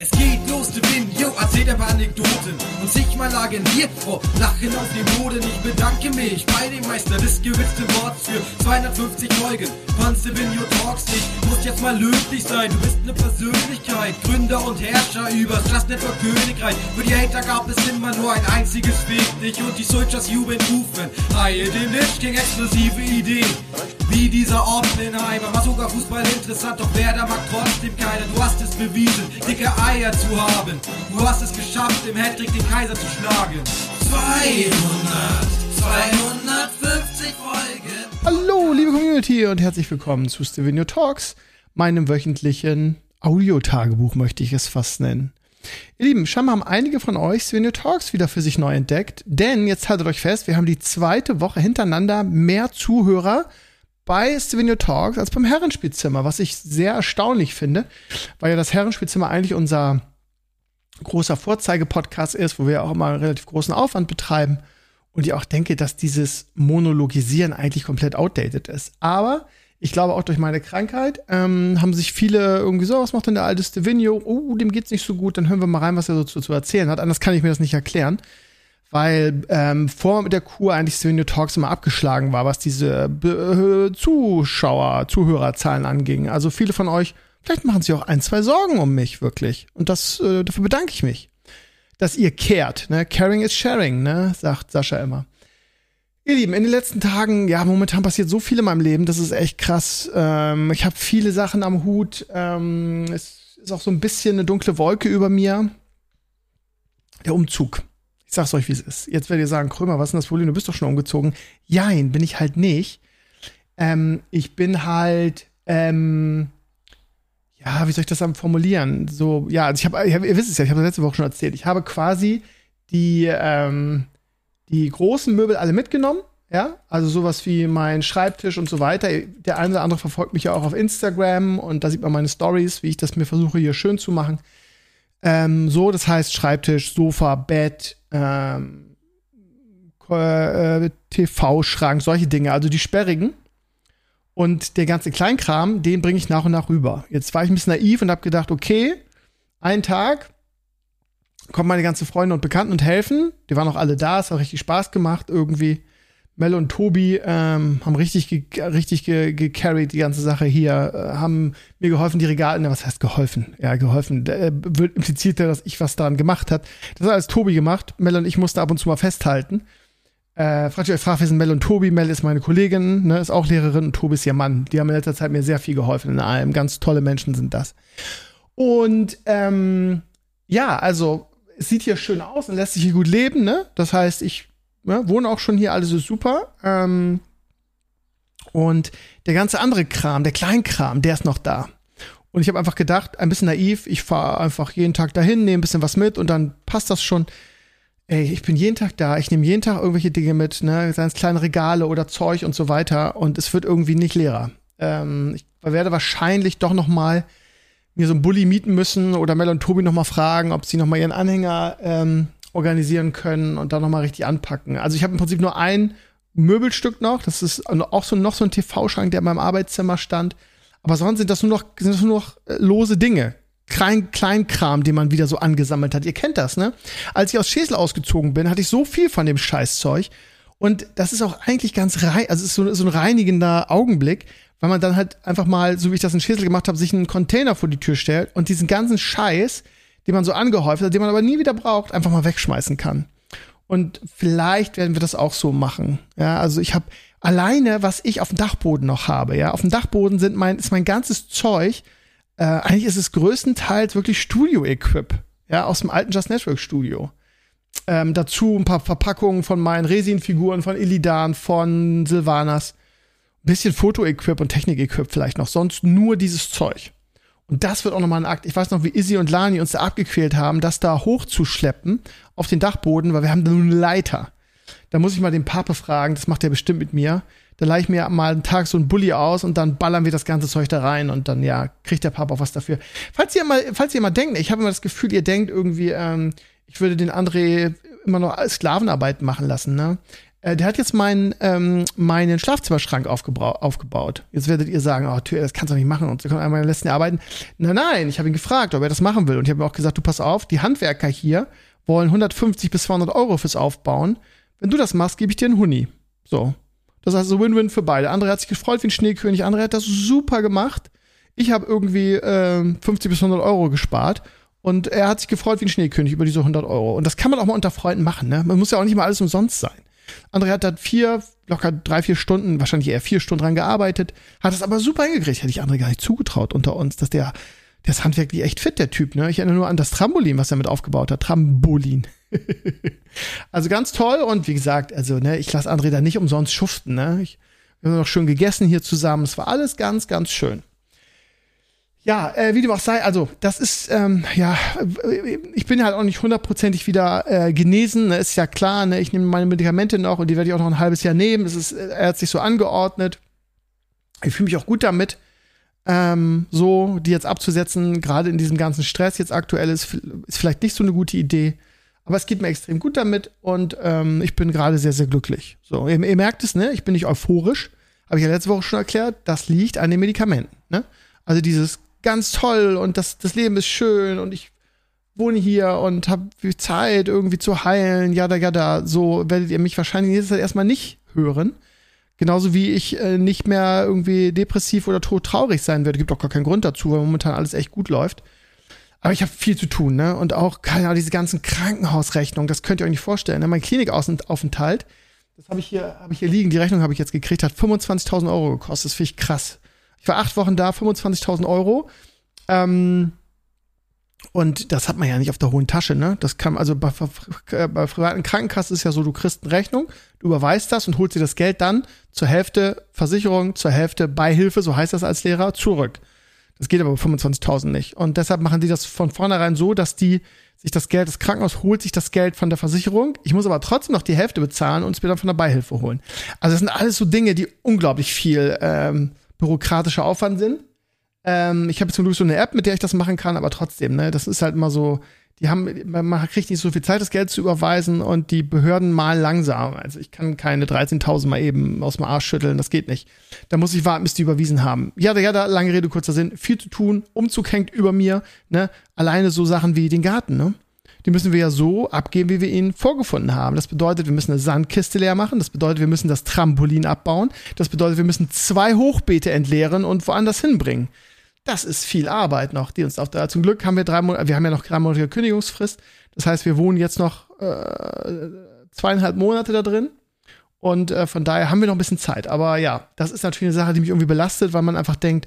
Es geht los, Devin, yo, erzählt ein paar Anekdoten und sich mal lagen wir vor Lachen auf dem Boden. Ich bedanke mich bei dem Meister des gewitzten Worts für 250 Folgen von Stevenio Talks. Ich muss jetzt mal löblich sein, du bist eine Persönlichkeit, Gründer und Herrscher übers Just Network Königreich. Für die Hater gab es immer nur ein einziges Fick dich und die Soldiers Jubeln rufen. Haie dem Lich King, exklusive Ideen, wie dieser Oppenheimer. War sogar Fußball interessant, doch Werder mag trotzdem keiner. Du hast es bewiesen, dicke Eier zu haben. Du hast es geschafft, im Hattrick den Kaiser zu schlagen. 250 Folgen. Hallo, liebe Community und herzlich willkommen zu Stevenio Talks, meinem wöchentlichen Audiotagebuch, möchte ich es fast nennen. Ihr Lieben, scheinbar haben einige von euch Stevenio Talks wieder für sich neu entdeckt, denn jetzt haltet euch fest, wir haben die zweite Woche hintereinander mehr Zuhörer bei Stevenio Talks als beim Herrenspielzimmer, was ich sehr erstaunlich finde, weil ja das Herrenspielzimmer eigentlich unser großer Vorzeige-Podcast ist, wo wir auch immer einen relativ großen Aufwand betreiben und ich auch denke, dass dieses Monologisieren eigentlich komplett outdated ist. Aber ich glaube auch durch meine Krankheit haben sich viele irgendwie so, was macht denn der alte Stevenio? Oh, dem geht's nicht so gut, dann hören wir mal rein, was er so zu erzählen hat. Anders kann ich mir das nicht erklären, weil vor der Kur eigentlich Stevenio Talks immer abgeschlagen war, was diese Zuhörerzahlen anging. Also viele von euch, vielleicht machen sich auch 1, 2 Sorgen um mich, wirklich. Und das dafür bedanke ich mich, dass ihr cared. Ne? Caring is sharing, ne? Sagt Sascha immer. Ihr Lieben, in den letzten Tagen, ja, momentan passiert so viel in meinem Leben, das ist echt krass. Ich habe viele Sachen am Hut. Es ist auch so ein bisschen eine dunkle Wolke über mir. Der Umzug. Ich sag's euch, wie es ist. Jetzt werdet ihr sagen, Krömer, was ist denn das Problem? Du bist doch schon umgezogen. Jein, bin ich halt nicht. Ich bin halt, ja, wie soll ich das dann formulieren? So, ja, also ihr wisst es ja, ich habe das letzte Woche schon erzählt. Ich habe quasi die großen Möbel alle mitgenommen, ja, also sowas wie mein Schreibtisch und so weiter. Der eine oder andere verfolgt mich ja auch auf Instagram und da sieht man meine Stories, wie ich das mir versuche hier schön zu machen. So, das heißt Schreibtisch, Sofa, Bett, TV-Schrank, solche Dinge, also die sperrigen. Und der ganze Kleinkram, den bringe ich nach und nach rüber. Jetzt war ich ein bisschen naiv und habe gedacht, okay, einen Tag kommen meine ganzen Freunde und Bekannten und helfen. Die waren auch alle da, es hat richtig Spaß gemacht irgendwie. Mel und Tobi haben richtig gecarried die ganze Sache hier, haben mir geholfen, die Regale, was heißt geholfen? Ja, geholfen, wird impliziert, dass ich was daran gemacht habe. Das hat alles Tobi gemacht. Mel und ich mussten ab und zu mal festhalten. Fragt ihr euch, wer sind Mel und Tobi? Mel ist meine Kollegin, ne, ist auch Lehrerin und Tobi ist ihr Mann. Die haben in letzter Zeit mir sehr viel geholfen in allem. Ganz tolle Menschen sind das. Und ja, also es sieht hier schön aus und lässt sich hier gut leben, ne? Das heißt, ich wohne auch schon hier, alles ist super. Und der ganze andere Kram, der Kleinkram, der ist noch da. Und ich habe einfach gedacht, ein bisschen naiv, ich fahre einfach jeden Tag dahin, nehme ein bisschen was mit und dann passt das schon. Ey, ich bin jeden Tag da, ich nehme jeden Tag irgendwelche Dinge mit, ne, seien es kleine Regale oder Zeug und so weiter und es wird irgendwie nicht leerer. Ich werde wahrscheinlich doch noch mal mir so einen Bulli mieten müssen oder Mel und Tobi noch mal fragen, ob sie noch mal ihren Anhänger organisieren können und dann noch mal richtig anpacken. Also ich habe im Prinzip nur ein Möbelstück noch, das ist auch noch so ein TV-Schrank, der in meinem Arbeitszimmer stand, aber sonst sind das nur noch lose Dinge. Kleinkram, den man wieder so angesammelt hat. Ihr kennt das, ne? Als ich aus Schesel ausgezogen bin, hatte ich so viel von dem Scheißzeug. Und das ist auch eigentlich ganz also es ist so ein reinigender Augenblick, weil man dann halt einfach mal, so wie ich das in Schesel gemacht habe, sich einen Container vor die Tür stellt und diesen ganzen Scheiß, den man so angehäuft hat, den man aber nie wieder braucht, einfach mal wegschmeißen kann. Und vielleicht werden wir das auch so machen. Ja, also ich habe alleine, was ich auf dem Dachboden noch habe, ja, auf dem Dachboden ist mein ganzes Zeug. Eigentlich ist es größtenteils wirklich Studio-Equip, ja, aus dem alten Just Network Studio. Dazu ein paar Verpackungen von meinen Resin-Figuren, von Illidan, von Sylvanas. Ein bisschen Foto-Equip und Technik-Equip vielleicht noch. Sonst nur dieses Zeug. Und das wird auch nochmal ein Akt. Ich weiß noch, wie Izzy und Lani uns da abgequält haben, das da hochzuschleppen auf den Dachboden, weil wir haben da nur eine Leiter. Da muss ich mal den Pape fragen, das macht er bestimmt mit mir. Da leih ich mir mal einen Tag so einen Bulli aus und dann ballern wir das ganze Zeug da rein und dann, ja, kriegt der Papa auch was dafür. Falls ihr mal denkt, ich habe immer das Gefühl, ihr denkt irgendwie, ich würde den André immer noch Sklavenarbeit machen lassen, ne? Der hat jetzt meinen Schlafzimmerschrank aufgebaut. Jetzt werdet ihr sagen, oh, das kannst du nicht machen und so kann einmal in den letzten Jahr arbeiten. Nein, ich habe ihn gefragt, ob er das machen will. Und ich habe ihm auch gesagt, du pass auf, die Handwerker hier wollen 150 bis 200 Euro fürs Aufbauen. Wenn du das machst, gebe ich dir einen Huni. So. Das heißt, so Win-Win für beide. Andere hat sich gefreut wie ein Schneekönig, andere hat das super gemacht. Ich habe irgendwie 50 bis 100 Euro gespart. Und er hat sich gefreut wie ein Schneekönig über diese 100 Euro. Und das kann man auch mal unter Freunden machen, ne? Man muss ja auch nicht mal alles umsonst sein. André hat da locker 3-4 Stunden, wahrscheinlich eher 4 Stunden dran gearbeitet, hat es aber super hingekriegt. Hätte ich André gar nicht zugetraut unter uns, dass der ist handwerklich echt fit, der Typ, ne? Ich erinnere nur an das Trampolin, was er mit aufgebaut hat. Trampolin. Also ganz toll und wie gesagt, also, ne, ich lasse André da nicht umsonst schuften, ne? Wir haben noch schön gegessen hier zusammen. Es war alles ganz, ganz schön. Ja, wie dem auch sei, also das ist, ich bin halt auch nicht hundertprozentig wieder genesen, ne, ist ja klar, ne, ich nehme meine Medikamente noch und die werde ich auch noch ein halbes Jahr nehmen, er hat sich so angeordnet, ich fühle mich auch gut damit, so die jetzt abzusetzen, gerade in diesem ganzen Stress jetzt aktuell ist vielleicht nicht so eine gute Idee, aber es geht mir extrem gut damit und ich bin gerade sehr, sehr glücklich. So, ihr merkt es, ne, ich bin nicht euphorisch, habe ich ja letzte Woche schon erklärt, das liegt an den Medikamenten, ne, also dieses ganz toll und das Leben ist schön und ich wohne hier und habe viel Zeit irgendwie zu heilen, jada, so werdet ihr mich wahrscheinlich nächstes Jahr erstmal nicht hören. Genauso wie ich nicht mehr irgendwie depressiv oder todtraurig sein werde. Gibt auch gar keinen Grund dazu, weil momentan alles echt gut läuft. Aber ich habe viel zu tun, ne? Und auch, keine Ahnung, diese ganzen Krankenhausrechnungen, das könnt ihr euch nicht vorstellen. Ne? Mein Klinikaufenthalt, das habe ich hier liegen, die Rechnung habe ich jetzt gekriegt, hat 25.000 Euro gekostet. Das finde ich krass. Ich war 8 Wochen da, 25.000 Euro. Und das hat man ja nicht auf der hohen Tasche, ne? Das kann, also bei privaten Krankenkassen ist ja so, du kriegst eine Rechnung, du überweist das und holst dir das Geld dann zur Hälfte Versicherung, zur Hälfte Beihilfe, so heißt das als Lehrer, zurück. Das geht aber bei 25.000 nicht. Und deshalb machen die das von vornherein so, dass die sich das Krankenhaus holt sich das Geld von der Versicherung. Ich muss aber trotzdem noch die Hälfte bezahlen und es mir dann von der Beihilfe holen. Also das sind alles so Dinge, die unglaublich viel bürokratischer Aufwand sind. Ich habe zum Glück so eine App, mit der ich das machen kann, aber trotzdem, ne, das ist halt immer so, man kriegt nicht so viel Zeit, das Geld zu überweisen und die Behörden mal langsam. Also ich kann keine 13.000 mal eben aus dem Arsch schütteln, das geht nicht. Da muss ich warten, bis die überwiesen haben. Ja, lange Rede, kurzer Sinn, viel zu tun, Umzug hängt über mir, ne, alleine so Sachen wie den Garten, ne. Die müssen wir ja so abgeben, wie wir ihn vorgefunden haben. Das bedeutet, wir müssen eine Sandkiste leer machen. Das bedeutet, wir müssen das Trampolin abbauen. Das bedeutet, wir müssen 2 Hochbeete entleeren und woanders hinbringen. Das ist viel Arbeit noch, die uns auf da. Zum Glück haben wir 3 Monate, wir haben ja noch 3 Monate Kündigungsfrist. Das heißt, wir wohnen jetzt noch 2,5 Monate da drin. Und von daher haben wir noch ein bisschen Zeit. Aber ja, das ist natürlich eine Sache, die mich irgendwie belastet, weil man einfach denkt,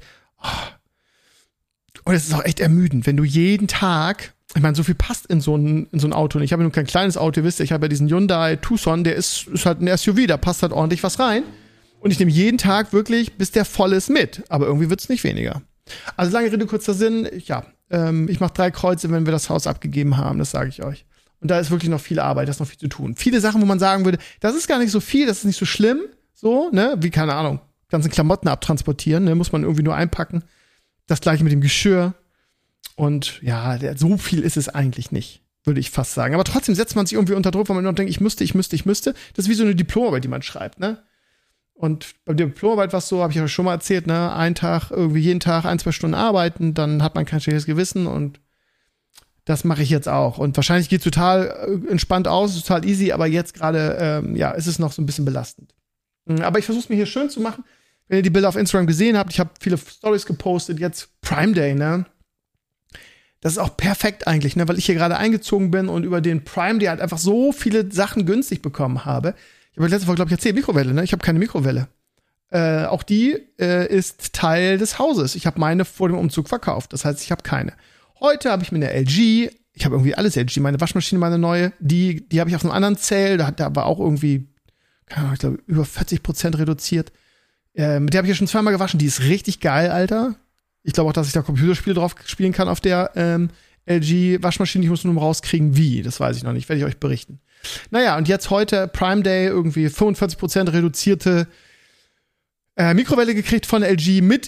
und es ist auch echt ermüdend, wenn du jeden Tag, ich meine, so viel passt in so ein Auto. Und ich habe ja nun kein kleines Auto, ihr wisst ja, ich habe ja diesen Hyundai Tucson, der ist halt ein SUV, da passt halt ordentlich was rein. Und ich nehme jeden Tag wirklich, bis der voll ist, mit. Aber irgendwie wird's nicht weniger. Also lange Rede, kurzer Sinn, ja, ich mache 3 Kreuze, wenn wir das Haus abgegeben haben, das sage ich euch. Und da ist wirklich noch viel Arbeit, da ist noch viel zu tun. Viele Sachen, wo man sagen würde, das ist gar nicht so viel, das ist nicht so schlimm, so, ne, wie, keine Ahnung, ganze Klamotten abtransportieren, ne, muss man irgendwie nur einpacken. Das gleiche mit dem Geschirr. Und ja, so viel ist es eigentlich nicht, würde ich fast sagen. Aber trotzdem setzt man sich irgendwie unter Druck, weil man noch denkt, ich müsste. Das ist wie so eine Diplomarbeit, die man schreibt, ne? Und bei der Diplomarbeit war es so, habe ich euch schon mal erzählt, ne? Jeden Tag 1-2 Stunden arbeiten, dann hat man kein schlechtes Gewissen und das mache ich jetzt auch. Und wahrscheinlich geht es total entspannt aus, total easy, aber jetzt gerade, ist es noch so ein bisschen belastend. Aber ich versuche es mir hier schön zu machen. Wenn ihr die Bilder auf Instagram gesehen habt, ich habe viele Stories gepostet, jetzt Prime Day, ne? Das ist auch perfekt eigentlich, ne? Weil ich hier gerade eingezogen bin und über den Prime Day halt einfach so viele Sachen günstig bekommen habe. Ich habe letzte Woche, glaube ich, erzählt, Mikrowelle, ne? Ich habe keine Mikrowelle. Auch die ist Teil des Hauses. Ich habe meine vor dem Umzug verkauft. Das heißt, ich habe keine. Heute habe ich mir eine LG, ich habe irgendwie alles LG, meine Waschmaschine, meine neue, die habe ich auf einem anderen Sale, da war auch irgendwie, keine Ahnung, ich glaube, über 40% reduziert. Mit der habe ich ja schon 2-mal gewaschen, die ist richtig geil, Alter. Ich glaube auch, dass ich da Computerspiele drauf spielen kann auf der LG-Waschmaschine. Ich muss nur rauskriegen, wie. Das weiß ich noch nicht. Werde ich euch berichten. Naja, und jetzt heute Prime Day, irgendwie 45% reduzierte Mikrowelle gekriegt von LG mit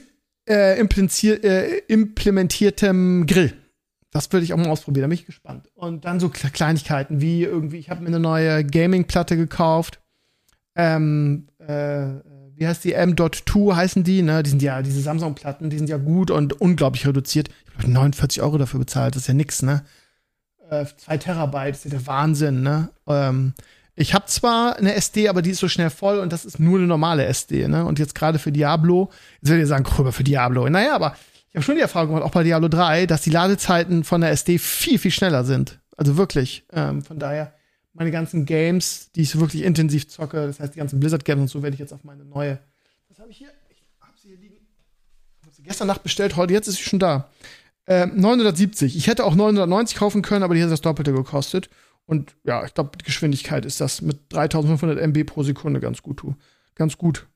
implementiertem Grill. Das würde ich auch mal ausprobieren, da bin ich gespannt. Und dann so Kleinigkeiten wie irgendwie, ich habe mir eine neue Gaming-Platte gekauft. Wie heißt die? M.2 heißen die, ne? Die sind ja, diese Samsung-Platten, die sind ja gut und unglaublich reduziert. Ich habe 49 € dafür bezahlt, das ist ja nix, ne? 2 Terabyte, das ist ja der Wahnsinn, ne? Ich habe zwar eine SD, aber die ist so schnell voll und das ist nur eine normale SD, ne? Und jetzt gerade für Diablo, jetzt werdet ihr sagen, Kröber für Diablo. Naja, aber ich habe schon die Erfahrung gemacht, auch bei Diablo 3, dass die Ladezeiten von der SD viel, viel schneller sind. Also wirklich. Von daher, meine ganzen Games, die ich so wirklich intensiv zocke, das heißt, die ganzen Blizzard-Games und so, werde ich jetzt auf meine neue. Was habe ich hier? Ich habe sie hier liegen. Ich habe sie gestern Nacht bestellt, heute, jetzt ist sie schon da. 970. Ich hätte auch 990 kaufen können, aber die hat das Doppelte gekostet. Und ja, ich glaube, mit Geschwindigkeit ist das mit 3500 MB pro Sekunde ganz gut. Ganz gut.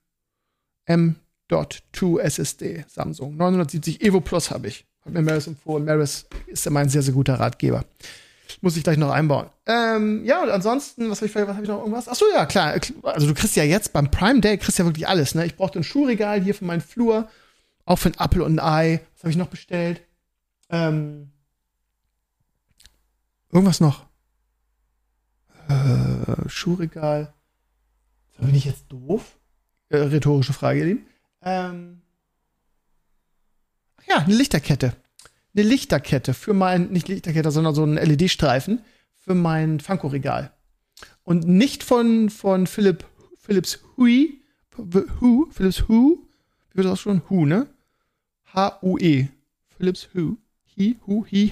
M.2 SSD, Samsung. 970 Evo Plus habe ich. Hat mir Maris empfohlen. Maris ist ja mein sehr, sehr guter Ratgeber. Muss ich gleich noch einbauen. Ja, und ansonsten, was hab ich noch irgendwas? Achso, ja, klar. Also du kriegst ja jetzt beim Prime Day kriegst ja wirklich alles, ne? Ich brauchte ein Schuhregal hier für meinen Flur. Auch für ein Apfel und ein Ei. Was habe ich noch bestellt? Irgendwas noch. Schuhregal. Bin ich jetzt doof? Rhetorische Frage, ihr Lieben. Ja, eine Lichterkette. Eine Lichterkette für nicht Lichterkette, sondern so ein LED-Streifen für mein Funko-Regal. Und nicht von Philips Hue. Philips Hue? Wie wird das schon? Hue, ne? H-U-E. Philips Hue. Den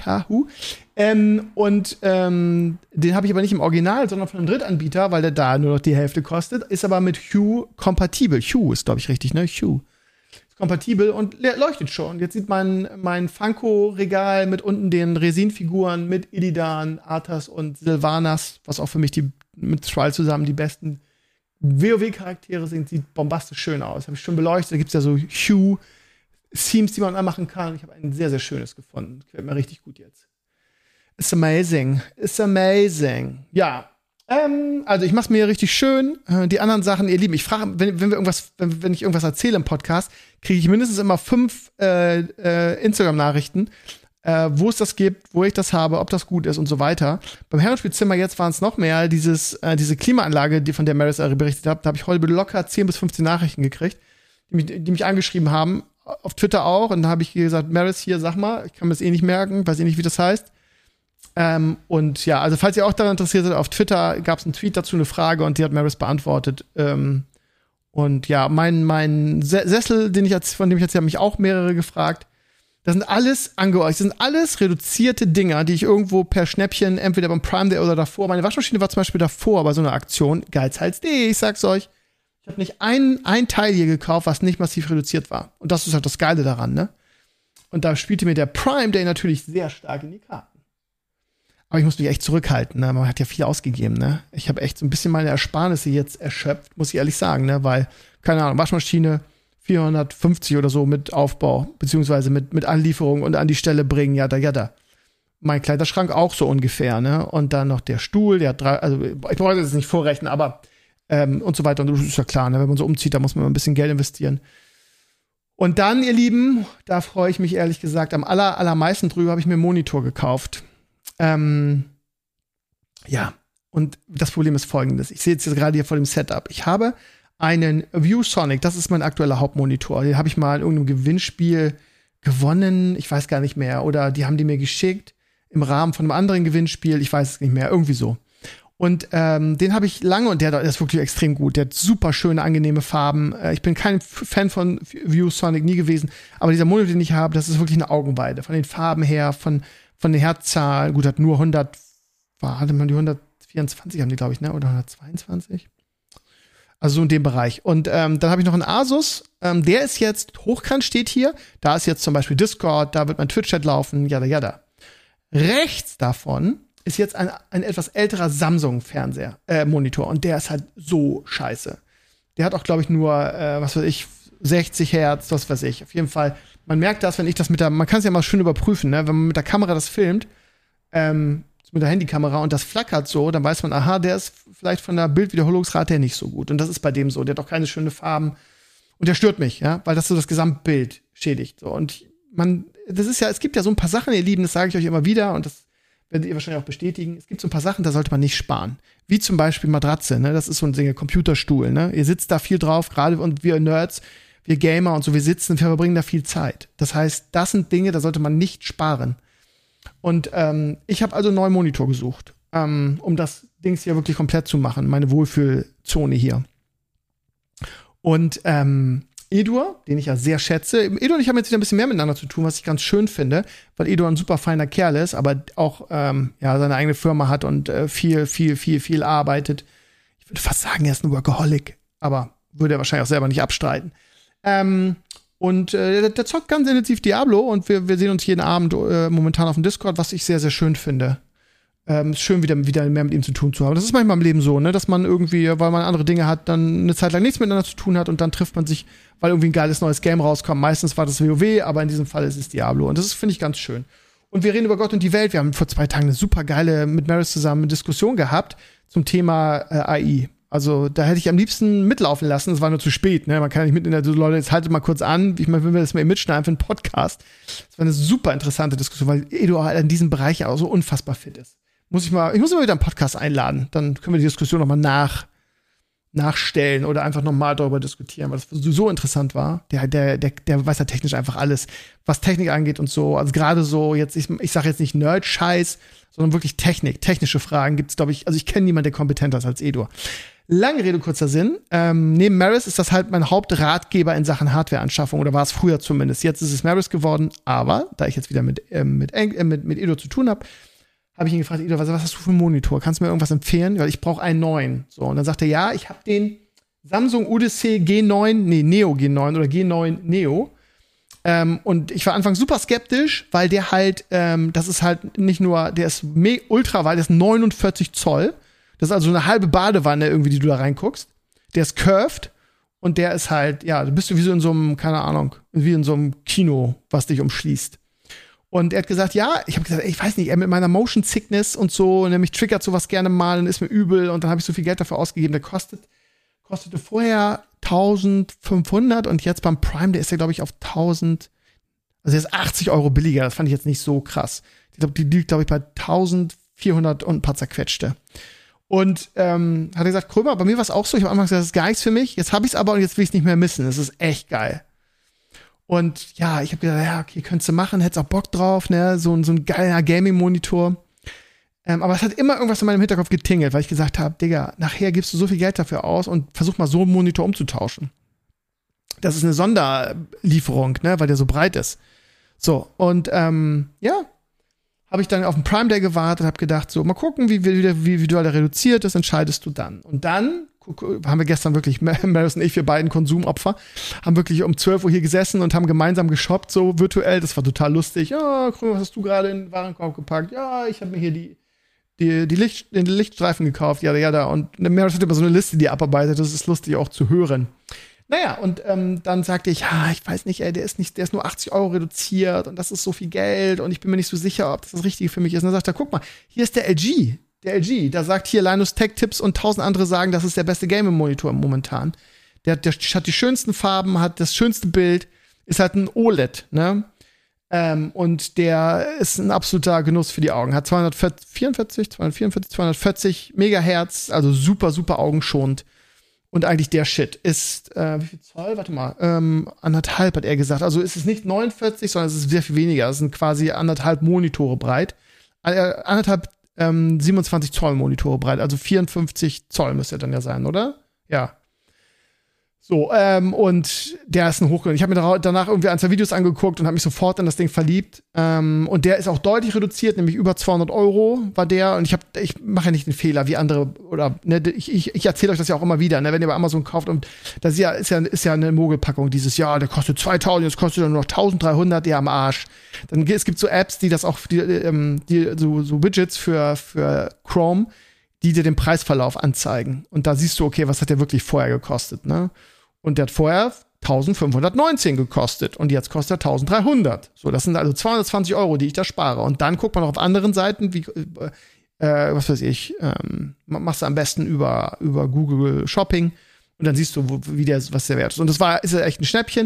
habe ich aber nicht im Original, sondern von einem Drittanbieter, weil der da nur noch die Hälfte kostet, ist aber mit Hue kompatibel. Hue ist, glaube ich, richtig, ne? Hue. Ist kompatibel und leuchtet schon. Jetzt sieht man mein Funko-Regal mit unten den Resin-Figuren mit Illidan, Arthas und Sylvanas, was auch für mich mit Thrall zusammen die besten WoW-Charaktere sind. Sieht bombastisch schön aus. Habe ich schon beleuchtet. Da gibt es ja so Hue Themes, die man anmachen kann. Ich habe ein sehr, sehr schönes gefunden. Gefällt mir richtig gut jetzt. It's amazing. It's amazing. Ja. Also ich mach's mir richtig schön. Die anderen Sachen, ihr Lieben, ich frage, wenn ich irgendwas erzähle im Podcast, kriege ich mindestens immer 5 Instagram-Nachrichten, wo es das gibt, wo ich das habe, ob das gut ist und so weiter. Beim Herrenspielzimmer jetzt waren es noch mehr, diese Klimaanlage, von der Maris berichtet hat, da habe ich heute locker 10 bis 15 Nachrichten gekriegt, die mich angeschrieben haben. Auf Twitter auch. Und da habe ich gesagt, Maris, hier, sag mal, ich kann mir das eh nicht merken, weiß eh nicht, wie das heißt. Und ja, also falls ihr auch daran interessiert seid, auf Twitter gab es einen Tweet dazu, eine Frage, und die hat Maris beantwortet. Und ja, mein Sessel, von dem ich jetzt habe, mich auch mehrere gefragt. Das sind alles das sind alles reduzierte Dinger, die ich irgendwo per Schnäppchen, entweder beim Prime Day oder davor. Meine Waschmaschine war zum Beispiel davor bei so einer Aktion. Geizhals.de, ich sag's euch. Ich habe nicht ein Teil hier gekauft, was nicht massiv reduziert war. Und das ist halt das Geile daran, ne? Und da spielte mir der Prime Day natürlich sehr stark in die Karten. Aber ich muss mich echt zurückhalten, ne? Man hat ja viel ausgegeben, ne? Ich habe echt so ein bisschen meine Ersparnisse jetzt erschöpft, muss ich ehrlich sagen, ne? Weil, keine Ahnung, Waschmaschine 450 oder so mit Aufbau, beziehungsweise mit Anlieferung und an die Stelle bringen, jada. Mein Kleiderschrank auch so ungefähr, ne? Und dann noch der Stuhl, der hat 3, also ich wollte das nicht vorrechnen, aber und so weiter. Und das ist ja klar, ne? Wenn man so umzieht, da muss man ein bisschen Geld investieren. Und dann, ihr Lieben, da freue ich mich ehrlich gesagt am allermeisten drüber, habe ich mir einen Monitor gekauft. Ja, und das Problem ist folgendes. Ich sehe jetzt gerade hier vor dem Setup. Ich habe einen ViewSonic, das ist mein aktueller Hauptmonitor. Den habe ich mal in irgendeinem Gewinnspiel gewonnen, ich weiß gar nicht mehr. Oder die haben die mir geschickt im Rahmen von einem anderen Gewinnspiel, ich weiß es nicht mehr, irgendwie so. Und den habe ich lange, und der ist wirklich extrem gut. Der hat super schöne, angenehme Farben. Ich bin kein Fan von ViewSonic, nie gewesen. Aber dieser Monitor, den ich habe, das ist wirklich eine Augenweide. Von den Farben her, von den Herzzahlen. Gut, hat nur 124 haben die, glaube ich, ne? Oder 122? Also so in dem Bereich. Und dann habe ich noch einen Asus. Der ist jetzt hochkant, steht hier. Da ist jetzt zum Beispiel Discord, da wird mein Twitch-Chat laufen, jada. Rechts davon ist jetzt ein etwas älterer Samsung-Monitor. Und der ist halt so scheiße. Der hat auch, glaube ich, nur, 60 Hertz, was weiß ich. Auf jeden Fall, man merkt das, wenn ich das man kann es ja mal schön überprüfen, ne? Wenn man mit der Kamera das filmt, mit der Handykamera, und das flackert so, dann weiß man, aha, der ist vielleicht von der Bildwiederholungsrate her nicht so gut. Und das ist bei dem so. Der hat auch keine schönen Farben. Und der stört mich, ja, weil das so das Gesamtbild schädigt. So. Und es gibt ja so ein paar Sachen, ihr Lieben, das sage ich euch immer wieder, und das werdet ihr wahrscheinlich auch bestätigen, es gibt so ein paar Sachen, da sollte man nicht sparen. Wie zum Beispiel Matratze, ne? Das ist so ein Ding, Computerstuhl, ne? Ihr sitzt da viel drauf, gerade und wir Nerds, wir Gamer und so, wir verbringen da viel Zeit. Das heißt, das sind Dinge, da sollte man nicht sparen. Und ich habe also einen neuen Monitor gesucht, um das Dings hier wirklich komplett zu machen, meine Wohlfühlzone hier. Und Edur, den ich ja sehr schätze. Edur und ich haben jetzt wieder ein bisschen mehr miteinander zu tun, was ich ganz schön finde, weil Edur ein super feiner Kerl ist, aber auch seine eigene Firma hat und viel arbeitet. Ich würde fast sagen, er ist ein Workaholic, aber würde er wahrscheinlich auch selber nicht abstreiten. Der zockt ganz intensiv Diablo und wir sehen uns jeden Abend momentan auf dem Discord, was ich sehr, sehr schön finde. Ist schön, wieder mehr mit ihm zu tun zu haben. Das ist manchmal im Leben so, ne, dass man irgendwie, weil man andere Dinge hat, dann eine Zeit lang nichts miteinander zu tun hat und dann trifft man sich, weil irgendwie ein geiles neues Game rauskommt. Meistens war das WoW, aber in diesem Fall ist es Diablo. Und das finde ich ganz schön. Und wir reden über Gott und die Welt. Wir haben vor 2 Tagen eine super geile, mit Maris zusammen, eine Diskussion gehabt zum Thema AI. Also da hätte ich am liebsten mitlaufen lassen. Es war nur zu spät, ne? Man kann ja nicht mitten in der, Leute, jetzt haltet mal kurz an. Ich meine, wenn wir das mal mitschneiden für einen Podcast. Das war eine super interessante Diskussion, weil Edo halt in diesem Bereich auch so unfassbar fit ist. Ich muss immer wieder einen Podcast einladen. Dann können wir die Diskussion nochmal nachstellen oder einfach nochmal darüber diskutieren, weil das so interessant war. Der weiß ja technisch einfach alles, was Technik angeht und so. Also gerade so jetzt, ich sage jetzt nicht Nerd-Scheiß, sondern wirklich technische Fragen gibt's, glaube ich. Also ich kenne niemanden, der kompetenter ist als Edo. Lange Rede, kurzer Sinn. Neben Maris ist das halt mein Hauptratgeber in Sachen Hardwareanschaffung, oder war es früher zumindest. Jetzt ist es Maris geworden, aber da ich jetzt wieder mit Edo zu tun habe ich ihn gefragt, Edo, was hast du für einen Monitor? Kannst du mir irgendwas empfehlen? Weil ich brauche einen neuen. So, und dann sagte er, ja, ich habe den Samsung Odyssey Neo G9 oder G9 Neo. Und ich war anfangs super skeptisch, weil der halt, das ist halt nicht nur, der ist ultra weit, der ist 49 Zoll. Das ist also eine halbe Badewanne irgendwie, die du da reinguckst. Der ist curved und der ist halt, ja, du bist wie so in so einem, keine Ahnung, wie in so einem Kino, was dich umschließt. Und er hat gesagt, ja, ich habe gesagt, ey, ich weiß nicht, mit meiner Motion Sickness und so, nämlich triggert sowas gerne mal und ist mir übel und dann habe ich so viel Geld dafür ausgegeben. Der kostete vorher 1.500 und jetzt beim Prime, der ist ja, glaube ich, auf 1.000, also der ist 80 Euro billiger. Das fand ich jetzt nicht so krass. Ich glaube, die liegt, glaube ich, bei 1.400 und ein paar zerquetschte. Und hat er gesagt, Krömer, bei mir war es auch so. Ich habe am Anfang gesagt, das ist gar nichts für mich. Jetzt habe ich es aber und jetzt will ich es nicht mehr missen. Das ist echt geil. Und ja, ich habe gedacht, ja, okay, könntest du machen, hättest auch Bock drauf, ne, so ein geiler Gaming-Monitor. Aber es hat immer irgendwas in meinem Hinterkopf getingelt, weil ich gesagt habe, Digga, nachher gibst du so viel Geld dafür aus und versuch mal so einen Monitor umzutauschen. Das ist eine Sonderlieferung, ne, weil der so breit ist. So, und ja, habe ich dann auf den Prime Day gewartet, habe gedacht, so, mal gucken, wie du alle reduziert, das entscheidest du dann. Und dann haben wir gestern wirklich, Maris und ich, wir beiden Konsumopfer, haben wirklich um 12 Uhr hier gesessen und haben gemeinsam geshoppt, so virtuell. Das war total lustig. Ja, was hast du gerade in den Warenkorb gepackt? Ja, ich habe mir hier den Lichtstreifen gekauft. Ja, da. Und Maris hat immer so eine Liste, die er abarbeitet. Das ist lustig auch zu hören. Naja, und dann sagte ich, ja, ich weiß nicht, ey, der ist nur 80 Euro reduziert und das ist so viel Geld und ich bin mir nicht so sicher, ob das Richtige für mich ist. Und dann sagt er, guck mal, hier ist der LG, da sagt hier Linus Tech Tips und 1000 andere sagen, das ist der beste Gaming-Monitor momentan. Der hat die schönsten Farben, hat das schönste Bild, ist halt ein OLED, ne? Und der ist ein absoluter Genuss für die Augen. Hat 240 Megahertz, also super, super augenschonend. Und eigentlich der Shit ist, wie viel Zoll? Warte mal, 1,5 hat er gesagt. Also ist es nicht 49, sondern es ist sehr viel weniger. Es sind quasi 1,5 Monitore breit. 1,5 27 Zoll Monitore breit. Also 54 Zoll müsste er dann ja sein, oder? Ja. So, und der ist ein Hochgrund. Ich habe mir danach irgendwie 2 Videos angeguckt und habe mich sofort in das Ding verliebt. Und der ist auch deutlich reduziert, nämlich über 200 Euro war der. Und ich mache ja nicht den Fehler wie andere, oder ne, ich erzähle euch das ja auch immer wieder, ne, wenn ihr bei Amazon kauft und das ist ja eine Mogelpackung dieses Jahr, der kostet 2.000, jetzt kostet er nur noch 1.300, der am Arsch. Es gibt so Apps, die das auch, so Widgets für Chrome, die dir den Preisverlauf anzeigen. Und da siehst du, okay, was hat der wirklich vorher gekostet, ne? Und der hat vorher 1.519 gekostet und jetzt kostet er 1.300. So, das sind also 220 Euro, die ich da spare. Und dann guckt man auch auf anderen Seiten, wie, was weiß ich, machst du am besten über Google Shopping und dann siehst du, was der wert ist. Und ist ja echt ein Schnäppchen.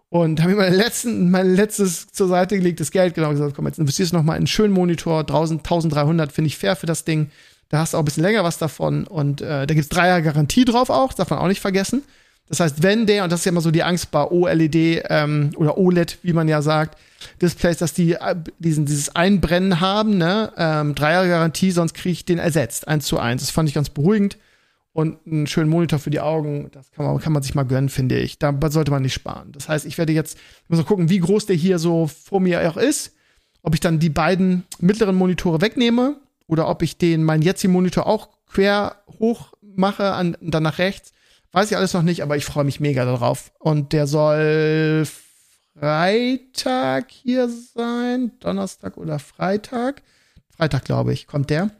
Und habe mir mein letztes zur Seite gelegtes Geld genommen und gesagt, komm, jetzt investierst du noch mal in einen schönen Monitor, 1300, finde ich fair für das Ding. Da hast du auch ein bisschen länger was davon. Und da gibt's 3 Jahre Garantie drauf auch, das darf man auch nicht vergessen. Das heißt, wenn der, und das ist ja immer so die Angst bei OLED oder OLED, wie man ja sagt, Displays, dass die dieses Einbrennen haben, ne? 3 Jahre Garantie, sonst kriege ich den ersetzt, 1:1. Das fand ich ganz beruhigend. Und einen schönen Monitor für die Augen, das kann man sich mal gönnen, finde ich. Da sollte man nicht sparen. Das heißt, ich werde jetzt mal gucken, wie groß der hier so vor mir auch ist. Ob ich dann die beiden mittleren Monitore wegnehme oder ob ich meinen jetzigen Monitor auch quer hoch mache, dann nach rechts. Weiß ich alles noch nicht, aber ich freue mich mega darauf. Und der soll Freitag hier sein. Donnerstag oder Freitag. Freitag, glaube ich, kommt der.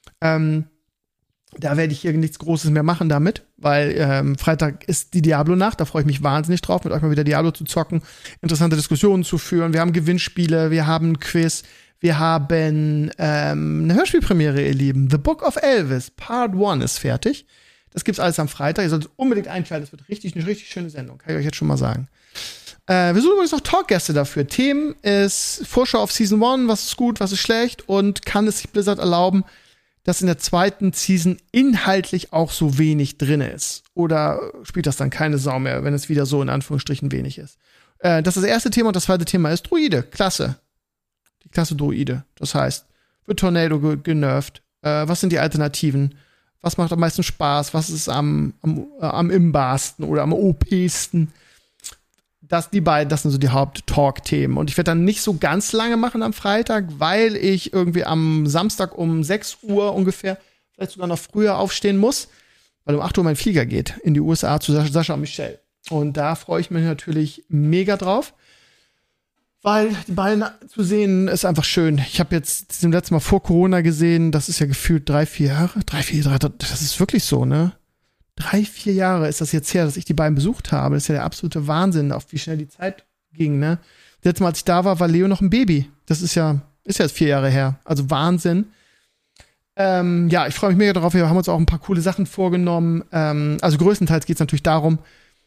Da werde ich hier nichts Großes mehr machen damit, weil Freitag ist die Diablo-Nacht, da freue ich mich wahnsinnig drauf, mit euch mal wieder Diablo zu zocken, interessante Diskussionen zu führen. Wir haben Gewinnspiele, wir haben ein Quiz, wir haben eine Hörspielpremiere, ihr Lieben. The Book of Elvis, Part 1 ist fertig. Das gibt's alles am Freitag. Ihr solltet unbedingt einschalten, das wird eine richtig schöne Sendung, kann ich euch jetzt schon mal sagen. Wir suchen übrigens noch Talkgäste dafür. Themen ist Vorschau auf Season 1, was ist gut, was ist schlecht und kann es sich Blizzard erlauben, dass in der zweiten Season inhaltlich auch so wenig drin ist? Oder spielt das dann keine Sau mehr, wenn es wieder so in Anführungsstrichen wenig ist? Das ist das erste Thema und das zweite Thema ist Druide, Klasse. Die Klasse Druide. Das heißt, wird Tornado genervt? Was sind die Alternativen? Was macht am meisten Spaß? Was ist am imbarsten oder am OPsten? Das sind so die Haupt-Talk-Themen. Und ich werde dann nicht so ganz lange machen am Freitag, weil ich irgendwie am Samstag um 6 Uhr ungefähr, vielleicht sogar noch früher aufstehen muss, weil um 8 Uhr mein Flieger geht in die USA zu Sascha und Michelle. Und da freue ich mich natürlich mega drauf, weil die beiden zu sehen ist einfach schön. Ich habe jetzt zum letzten Mal vor Corona gesehen, das ist ja gefühlt 3-4 Jahre. Das ist wirklich so, ne? 3-4 Jahre ist das jetzt her, dass ich die beiden besucht habe. Das ist ja der absolute Wahnsinn, auf wie schnell die Zeit ging, ne? Das letzte Mal, als ich da war Leo noch ein Baby. Das ist ja jetzt 4 Jahre her. Also Wahnsinn. Ja, ich freue mich mega darauf. Wir haben uns auch ein paar coole Sachen vorgenommen. Also größtenteils geht es natürlich darum,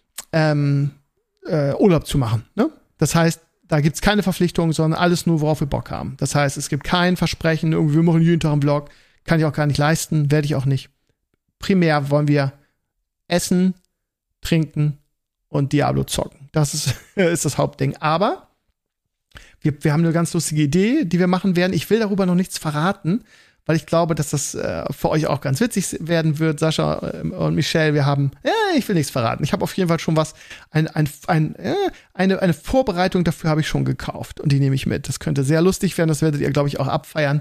Urlaub zu machen, ne? Das heißt, da gibt's keine Verpflichtungen, sondern alles nur, worauf wir Bock haben. Das heißt, es gibt kein Versprechen, irgendwie, wir machen jeden Tag einen Vlog. Kann ich auch gar nicht leisten, werde ich auch nicht. Primär wollen wir essen, trinken und Diablo zocken. Das ist das Hauptding. Aber wir haben eine ganz lustige Idee, die wir machen werden. Ich will darüber noch nichts verraten, weil ich glaube, dass das für euch auch ganz witzig werden wird. Sascha und Michelle, wir haben, ich will nichts verraten. Ich habe auf jeden Fall schon was, eine Vorbereitung dafür habe ich schon gekauft und die nehme ich mit. Das könnte sehr lustig werden, das werdet ihr, glaube ich, auch abfeiern.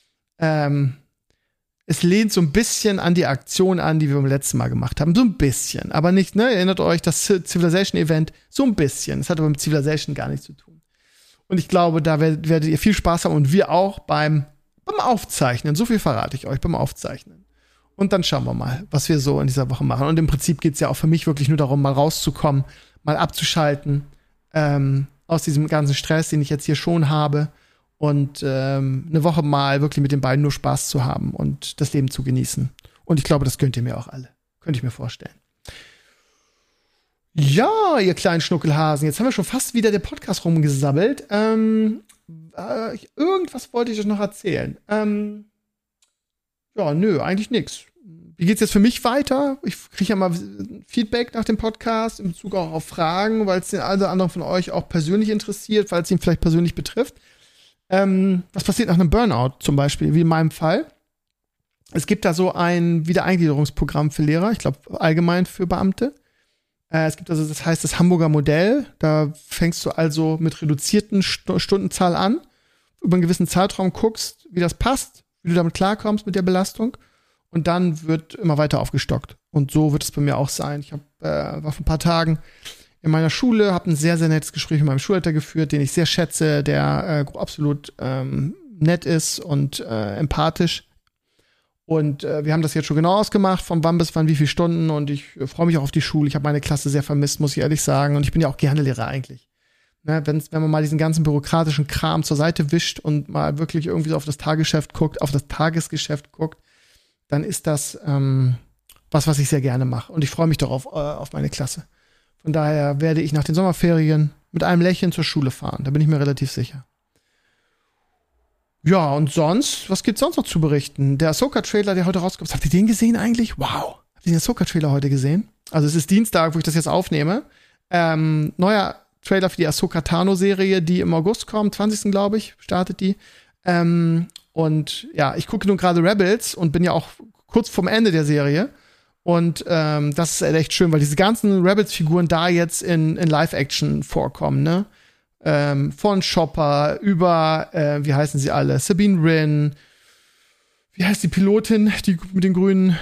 Es lehnt so ein bisschen an die Aktion an, die wir beim letzten Mal gemacht haben. So ein bisschen. Aber nicht, ne? Erinnert euch, das Civilization-Event, so ein bisschen. Das hat aber mit Civilization gar nichts zu tun. Und ich glaube, da werdet ihr viel Spaß haben und wir auch beim Aufzeichnen. So viel verrate ich euch beim Aufzeichnen. Und dann schauen wir mal, was wir so in dieser Woche machen. Und im Prinzip geht's ja auch für mich wirklich nur darum, mal rauszukommen, mal abzuschalten aus diesem ganzen Stress, den ich jetzt hier schon habe. Und eine Woche mal wirklich mit den beiden nur Spaß zu haben und das Leben zu genießen. Und ich glaube, das könnt ihr mir auch alle. Könnte ich mir vorstellen. Ja, ihr kleinen Schnuckelhasen, jetzt haben wir schon fast wieder den Podcast rumgesabbelt. Irgendwas wollte ich euch noch erzählen. Ja, nö, eigentlich nix. Wie geht's jetzt für mich weiter? Ich kriege ja mal Feedback nach dem Podcast in Bezug auch auf Fragen, weil es den einen oder anderen von euch auch persönlich interessiert, weil es ihn vielleicht persönlich betrifft. Was passiert nach einem Burnout zum Beispiel, wie in meinem Fall? Es gibt da so ein Wiedereingliederungsprogramm für Lehrer, ich glaube allgemein für Beamte. Es gibt also, das heißt das Hamburger Modell, da fängst du also mit reduzierten Stundenzahl an, über einen gewissen Zeitraum guckst, wie das passt, wie du damit klarkommst mit der Belastung und dann wird immer weiter aufgestockt. Und so wird es bei mir auch sein. Ich war vor ein paar Tagen in meiner Schule, habe ein sehr, sehr nettes Gespräch mit meinem Schulleiter geführt, den ich sehr schätze, der absolut nett ist und empathisch. Und wir haben das jetzt schon genau ausgemacht, von wann bis wann, wie viele Stunden. Und ich freue mich auch auf die Schule. Ich habe meine Klasse sehr vermisst, muss ich ehrlich sagen. Und ich bin ja auch gerne Lehrer eigentlich. Ne, wenn man mal diesen ganzen bürokratischen Kram zur Seite wischt und mal wirklich irgendwie so auf das Tagesgeschäft guckt, dann ist das was ich sehr gerne mache. Und ich freue mich darauf auf meine Klasse. Von daher werde ich nach den Sommerferien mit einem Lächeln zur Schule fahren. Da bin ich mir relativ sicher. Ja, und sonst, was gibt's sonst noch zu berichten? Der Ahsoka-Trailer, der heute rauskommt, habt ihr den gesehen eigentlich? Wow. Habt ihr den Ahsoka-Trailer heute gesehen? Also es ist Dienstag, wo ich das jetzt aufnehme. Neuer Trailer für die Ahsoka Tano-Serie, die im August kommt, 20. glaube ich, startet die. Und ja, ich gucke nun gerade Rebels und bin ja auch kurz vorm Ende der Serie. Und das ist echt schön, weil diese ganzen Rebels-Figuren da jetzt in Live-Action vorkommen, ne? Von Chopper über, wie heißen sie alle? Sabine Wren. Wie heißt die Pilotin, die mit den grünen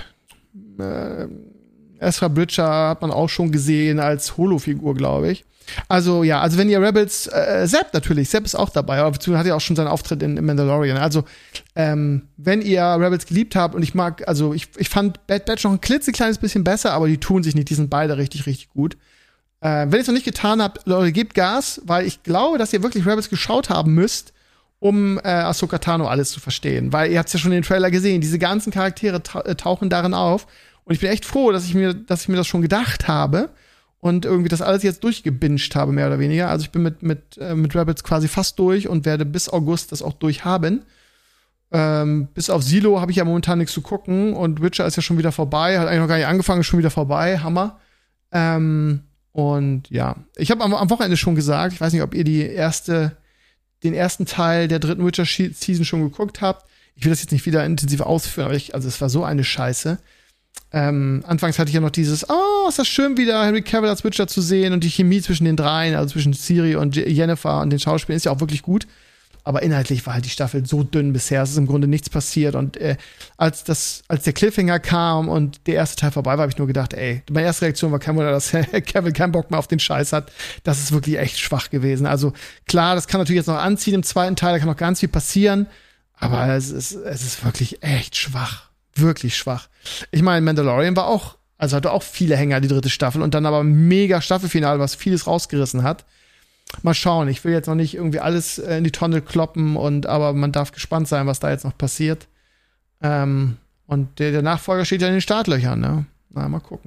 Ezra Bridger hat man auch schon gesehen als Holo-Figur, glaube ich. Also ja, also wenn ihr Rebels, Sepp natürlich, Sepp ist auch dabei, aber hat ja auch schon seinen Auftritt in Mandalorian. Also wenn ihr Rebels geliebt habt und ich fand Bad Batch noch ein klitzekleines bisschen besser, aber die tun sich nicht, die sind beide richtig, richtig gut. Wenn ihr es noch nicht getan habt, Leute, gebt Gas, weil ich glaube, dass ihr wirklich Rebels geschaut haben müsst, um Ahsoka Tano alles zu verstehen. Weil ihr habt es ja schon in den Trailer gesehen, diese ganzen Charaktere tauchen darin auf. Und ich bin echt froh, dass ich mir das schon gedacht habe und irgendwie das alles jetzt durchgebinged habe, mehr oder weniger. Also ich bin mit Rebels quasi fast durch und werde bis August das auch durchhaben. Bis auf Silo habe ich ja momentan nichts zu gucken und Witcher ist ja schon wieder vorbei, hat eigentlich noch gar nicht angefangen, ist schon wieder vorbei, Hammer. Und ja, ich habe am Wochenende schon gesagt, ich weiß nicht, ob ihr den ersten Teil der 3. Witcher-Season schon geguckt habt. Ich will das jetzt nicht wieder intensiv ausführen, aber es war so eine Scheiße. Anfangs hatte ich ja noch dieses, ist das schön, wieder Henry Cavill als Witcher zu sehen und die Chemie zwischen den dreien, also zwischen Ciri und Yennefer und den Schauspielern ist ja auch wirklich gut. Aber inhaltlich war halt die Staffel so dünn bisher, es ist im Grunde nichts passiert. Und als der Cliffhanger kam und der erste Teil vorbei war, habe ich nur gedacht, meine erste Reaktion war kein Wunder, dass Cavill keinen Bock mehr auf den Scheiß hat. Das ist wirklich echt schwach gewesen. Also klar, das kann natürlich jetzt noch anziehen im zweiten Teil, da kann noch ganz viel passieren. Aber es ist wirklich echt schwach. Wirklich schwach. Ich meine, Mandalorian hatte auch viele Hänger, die 3. Staffel, und dann aber mega Staffelfinale, was vieles rausgerissen hat. Mal schauen, ich will jetzt noch nicht irgendwie alles in die Tonne kloppen, aber man darf gespannt sein, was da jetzt noch passiert. Und der Nachfolger steht ja in den Startlöchern, ne? Na, mal gucken.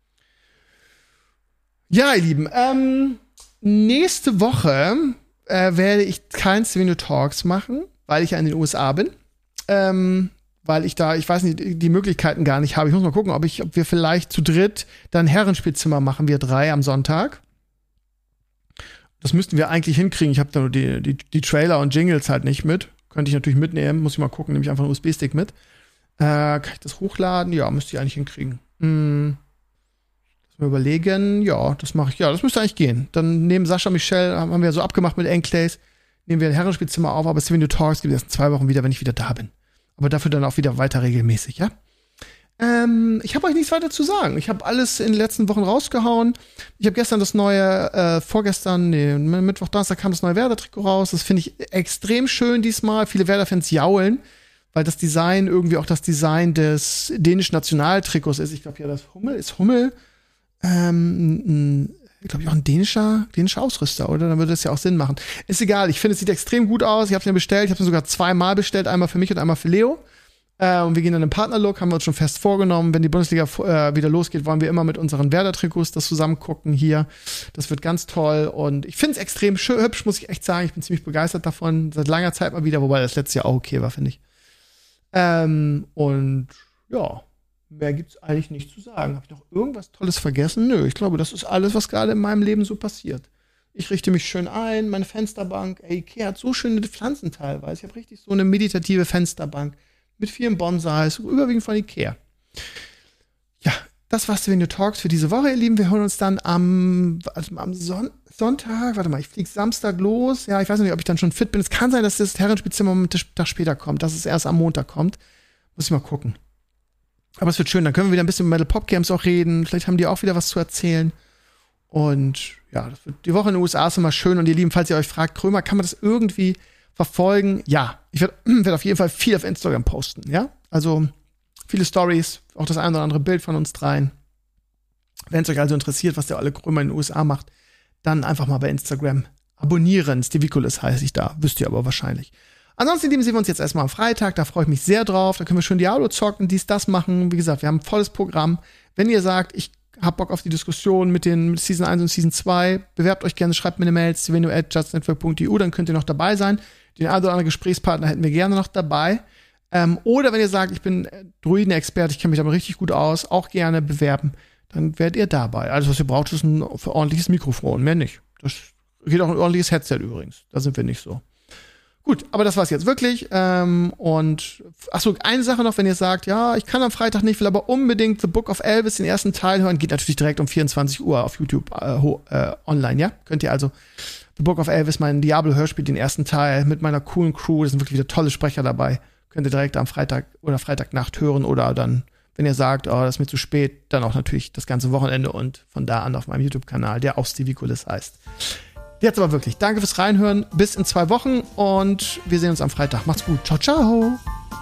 Ja, ihr Lieben, nächste Woche werde ich kein Stevenio Talks machen, weil ich ja in den USA bin. Weil ich weiß nicht, die Möglichkeiten gar nicht habe. Ich muss mal gucken, ob wir vielleicht zu dritt dann Herrenspielzimmer machen, wir 3 am Sonntag. Das müssten wir eigentlich hinkriegen. Ich habe da nur die Trailer und Jingles halt nicht mit. Könnte ich natürlich mitnehmen. Muss ich mal gucken. Nehme ich einfach einen USB-Stick mit. Kann ich das hochladen? Ja, müsste ich eigentlich hinkriegen. Lass mal überlegen. Ja, das mache ich. Ja, das müsste eigentlich gehen. Dann neben Sascha und Michelle haben wir so abgemacht mit Enclays. Nehmen wir ein Herrenspielzimmer auf. Aber Stevenio Talks gibt es erst in 2 Wochen wieder, wenn ich wieder da bin. Aber dafür dann auch wieder weiter regelmäßig, ja? Ich habe euch nichts weiter zu sagen. Ich habe alles in den letzten Wochen rausgehauen. Ich habe gestern Mittwoch, Donnerstag kam das neue Werder-Trikot raus. Das finde ich extrem schön diesmal. Viele Werder-Fans jaulen, weil das Design irgendwie auch das Design des dänischen Nationaltrikots ist. Ich glaube ja, das Hummel, glaube ich, auch ein dänischer Ausrüster, oder? Dann würde das ja auch Sinn machen. Ist egal, ich finde, es sieht extrem gut aus. Ich habe es mir bestellt. Ich habe es sogar 2-mal bestellt. Einmal für mich und einmal für Leo. Und wir gehen dann im Partnerlook, haben wir uns schon fest vorgenommen. Wenn die Bundesliga wieder losgeht, wollen wir immer mit unseren Werder-Trikots das zusammen gucken hier. Das wird ganz toll. Und ich finde es extrem hübsch, muss ich echt sagen. Ich bin ziemlich begeistert davon. Seit langer Zeit mal wieder, wobei das letztes Jahr auch okay war, finde ich. Und ja, mehr gibt's eigentlich nicht zu sagen. Habe ich noch irgendwas Tolles vergessen? Nö, ich glaube, das ist alles, was gerade in meinem Leben so passiert. Ich richte mich schön ein, meine Fensterbank. Ikea hat so schöne Pflanzen teilweise. Ich habe richtig so eine meditative Fensterbank mit vielen Bonsais, überwiegend von Ikea. Ja, das war's für die New Talks für diese Woche, ihr Lieben. Wir hören uns dann am Sonntag, warte mal, ich fliege Samstag los. Ja, ich weiß nicht, ob ich dann schon fit bin. Es kann sein, dass das Herrenspielzimmer einen Tag später kommt, dass es erst am Montag kommt. Muss ich mal gucken. Aber es wird schön, dann können wir wieder ein bisschen über Metal Pop Games auch reden. Vielleicht haben die auch wieder was zu erzählen. Und ja, das wird die Woche in den USA ist immer schön. Und ihr Lieben, falls ihr euch fragt, Krömer, kann man das irgendwie verfolgen? Ja, ich werde auf jeden Fall viel auf Instagram posten, ja? Also viele Stories, auch das ein oder andere Bild von uns dreien. Wenn es euch also interessiert, was der alle Krömer in den USA macht, dann einfach mal bei Instagram abonnieren. Steviculus heiße ich da, wisst ihr aber wahrscheinlich. Ansonsten sehen wir uns jetzt erstmal am Freitag, da freue ich mich sehr drauf. Da können wir schön Diablo zocken, das machen. Wie gesagt, wir haben ein volles Programm. Wenn ihr sagt, ich habt Bock auf die Diskussion mit den Season 1 und Season 2, bewerbt euch gerne, schreibt mir eine Mail, sveno@justnetwork.eu, dann könnt ihr noch dabei sein. Den einen oder anderen Gesprächspartner hätten wir gerne noch dabei. Oder wenn ihr sagt, ich bin Druiden-Experte, ich kenne mich damit richtig gut aus, auch gerne bewerben, dann werdet ihr dabei. Alles, was ihr braucht, ist ein ordentliches Mikrofon, mehr nicht. Das geht auch ein ordentliches Headset übrigens. Da sind wir nicht so. Gut, aber das war's jetzt wirklich. Und achso, eine Sache noch, wenn ihr sagt, ja, ich kann am Freitag nicht, will aber unbedingt The Book of Elvis, den ersten Teil hören, geht natürlich direkt um 24 Uhr auf YouTube online, ja? Könnt ihr also The Book of Elvis, mein Diablo-Hörspiel, den ersten Teil mit meiner coolen Crew, da sind wirklich wieder tolle Sprecher dabei. Könnt ihr direkt am Freitag oder Freitagnacht hören oder dann, wenn ihr sagt, oh, das ist mir zu spät, dann auch natürlich das ganze Wochenende und von da an auf meinem YouTube-Kanal, der auch Stevie Kulis heißt. Jetzt aber wirklich, danke fürs Reinhören, bis in 2 Wochen und wir sehen uns am Freitag. Macht's gut, ciao, ciao.